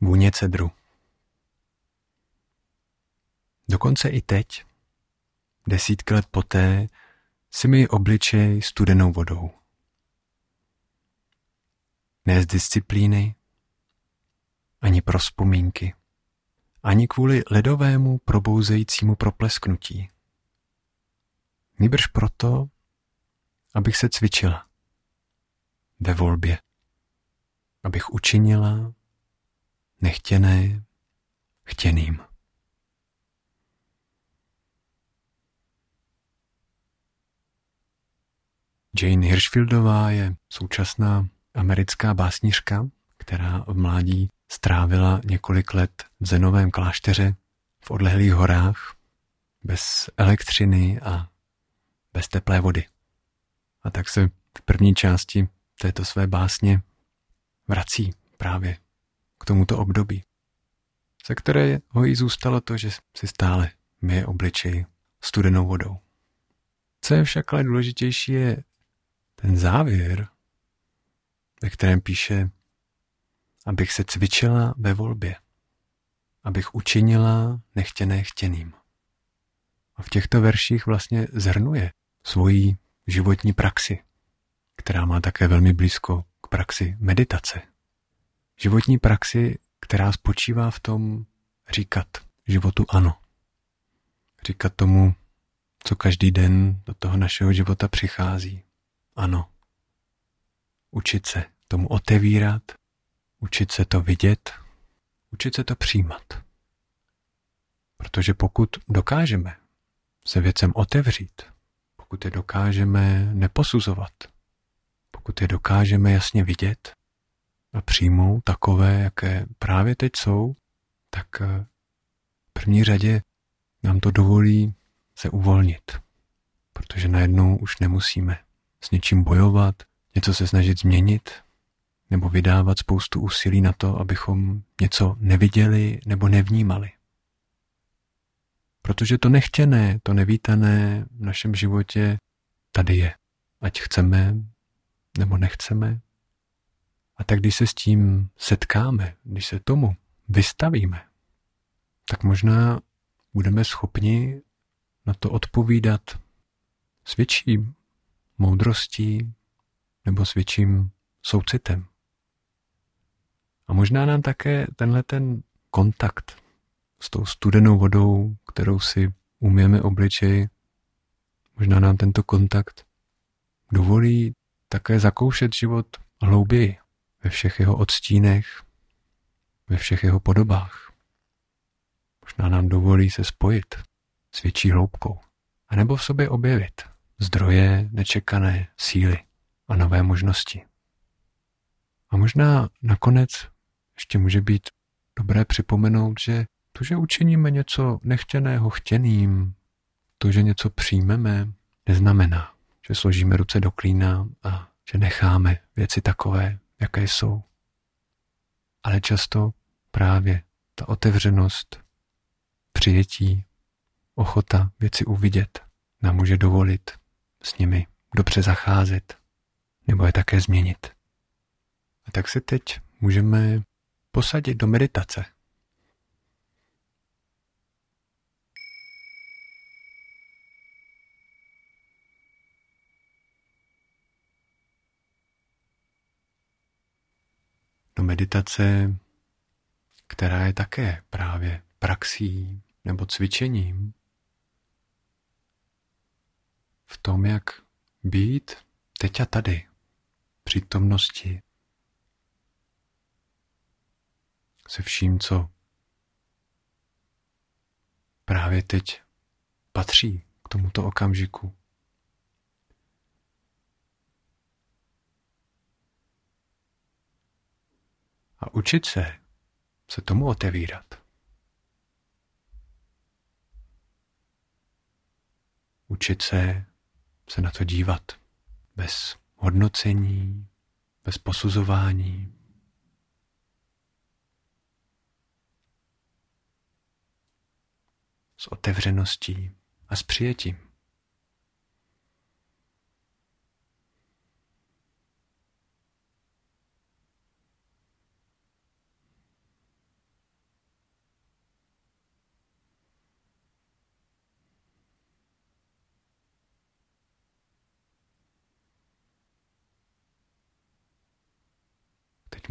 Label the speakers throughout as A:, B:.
A: vůně cedru. Dokonce i teď, 10 let poté, si myji obličej studenou vodou. Ne z disciplíny, ani pro vzpomínky, ani kvůli ledovému probouzejícímu proplesknutí. Nýbrž proto, abych se cvičila ve volbě, abych učinila nechtěné chtěným. Jane Hirshfieldová je současná americká básnířka, která v mládí strávila několik let v zenovém klášteře v odlehlých horách, bez elektřiny a bez teplé vody. A tak se v první části této své básně vrací právě k tomuto období, ze kterého jí zůstalo to, že si stále myje obličej studenou vodou. Co je však ale důležitější, je ten závěr, ve kterém píše, abych se cvičila ve volbě, abych učinila nechtěné chtěným. A v těchto verších vlastně zhrnuje svoji životní praxi, která má také velmi blízko k praxi meditace. Životní praxi, která spočívá v tom říkat životu ano. Říkat tomu, co každý den do toho našeho života přichází. Ano. Učit se tomu otevírat, učit se to vidět, učit se to přijímat. Protože pokud dokážeme se věcem otevřít, pokud je dokážeme neposuzovat, pokud je dokážeme jasně vidět a přijmout takové, jaké právě teď jsou, tak v první řadě nám to dovolí se uvolnit. Protože najednou už nemusíme s něčím bojovat, něco se snažit změnit, nebo vydávat spoustu úsilí na to, abychom něco neviděli nebo nevnímali. Protože to nechtěné, to nevítané v našem životě tady je. Ať chceme nebo nechceme. A tak když se s tím setkáme, když se tomu vystavíme, tak možná budeme schopni na to odpovídat s větší moudrostí nebo s větším soucitem. A možná nám také tenhle ten kontakt s tou studenou vodou, kterou si umyjeme obličej, možná nám tento kontakt dovolí také zakoušet život hlouběji, ve všech jeho odstínech, ve všech jeho podobách. Možná nám dovolí se spojit s větší hloubkou, anebo v sobě objevit zdroje nečekané síly a nové možnosti. A možná nakonec ještě může být dobré připomenout, že to, že učiníme něco nechtěného chtěným, to, že něco přijmeme, neznamená, že složíme ruce do klína a že necháme věci takové, jaké jsou. Ale často právě ta otevřenost, přijetí, ochota věci uvidět nám může dovolit s nimi dobře zacházet nebo je také změnit. A tak se teď můžeme posadit do meditace. Do meditace, která je také právě praxí nebo cvičením v tom, jak být teď a tady, přítomnosti, se vším, co právě teď patří k tomuto okamžiku. A učit se tomu otevírat. Učit se na to dívat bez hodnocení, bez posuzování. S otevřeností a s přijetím.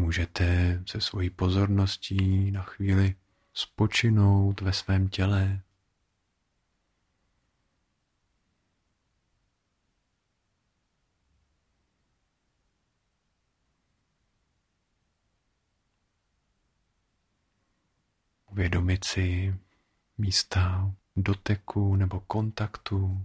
A: můžete se svojí pozorností na chvíli spočinout ve svém těle. Uvědomit si místa doteku nebo kontaktu.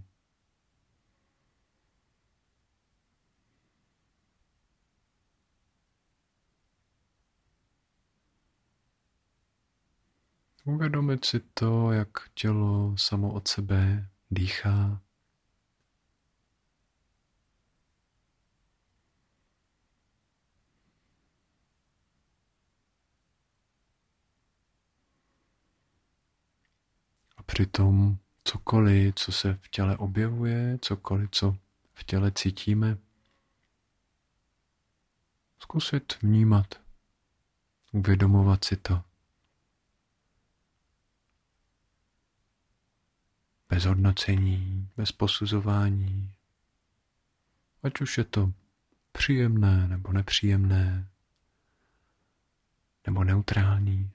A: Uvědomit si to, jak tělo samo od sebe dýchá. A přitom cokoliv, co se v těle objevuje, cokoliv, co v těle cítíme, zkusit vnímat, uvědomovat si to. Bez hodnocení, bez posuzování. Ať už je to příjemné nebo nepříjemné, nebo neutrální.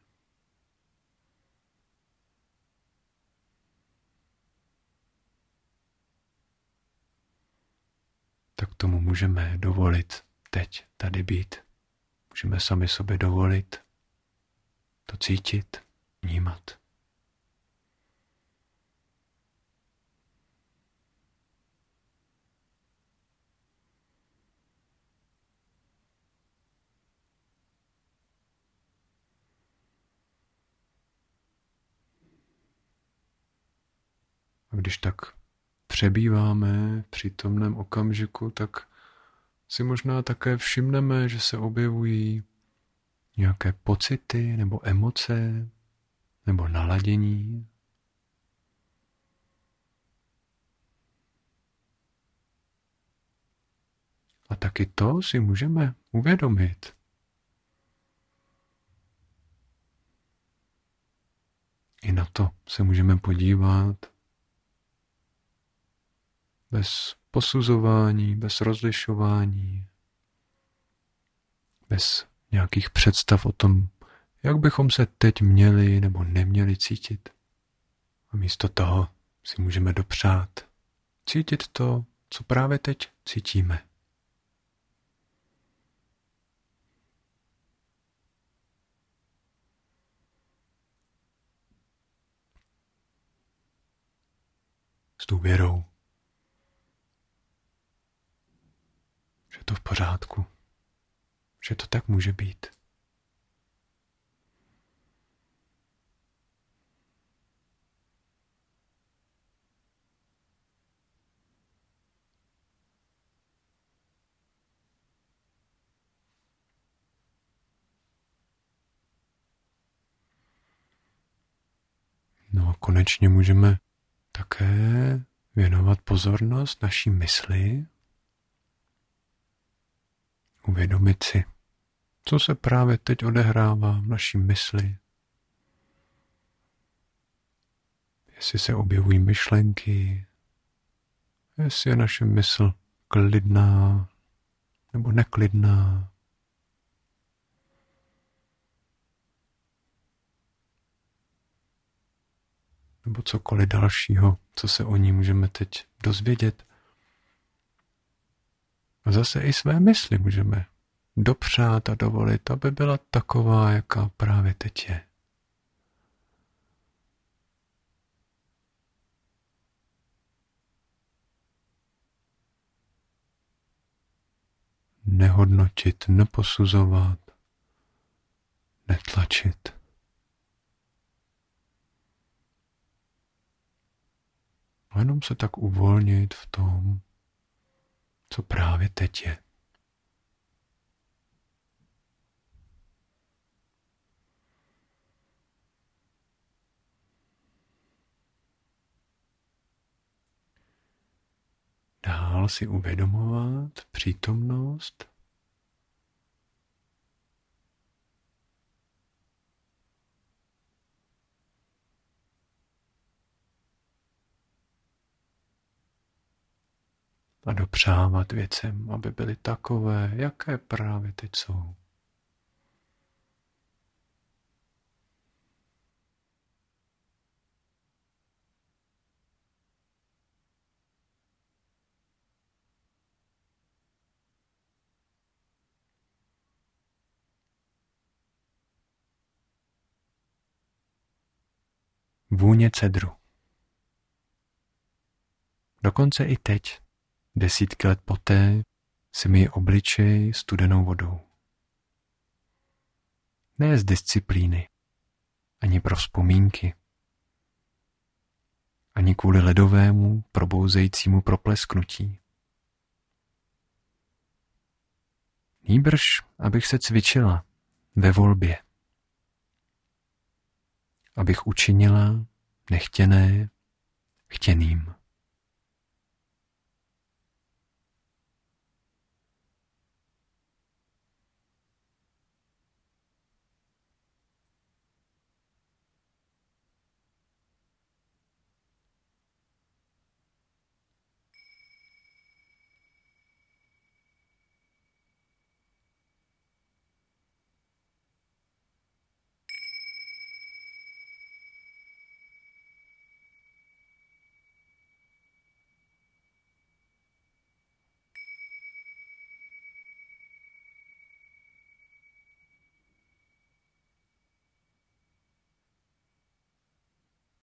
A: Tak tomu můžeme dovolit teď tady být. Můžeme sami sobě dovolit to cítit, vnímat. A když tak přebýváme v přítomném okamžiku, tak si možná také všimneme, že se objevují nějaké pocity nebo emoce nebo naladění. A taky to si můžeme uvědomit. I na to se můžeme podívat bez posuzování, bez rozlišování, bez nějakých představ o tom, jak bychom se teď měli nebo neměli cítit. A místo toho si můžeme dopřát cítit to, co právě teď cítíme. S důvěrou, že to v pořádku, že to tak může být. No a konečně můžeme také věnovat pozornost naší mysli, uvědomit si, co se právě teď odehrává v naší mysli. Jestli se objevují myšlenky, jestli je naše mysl klidná nebo neklidná. Nebo cokoliv dalšího, co se o ní můžeme teď dozvědět. A zase i své mysli můžeme dopřát a dovolit, aby byla taková, jaká právě teď je. Nehodnotit, neposuzovat, netlačit. A jenom se tak uvolnit v tom, co právě teď je. Dál si uvědomovat přítomnost a dopřávat věcem, aby byly takové, jaké právě teď jsou. vůně cedru. Dokonce i teď, desítky let poté, si myji obličej studenou vodou. Ne z disciplíny, ani pro vzpomínky, ani kvůli ledovému, probouzejícímu proplesknutí. Nýbrž, abych se cvičila ve volbě. Abych učinila nechtěné chtěným.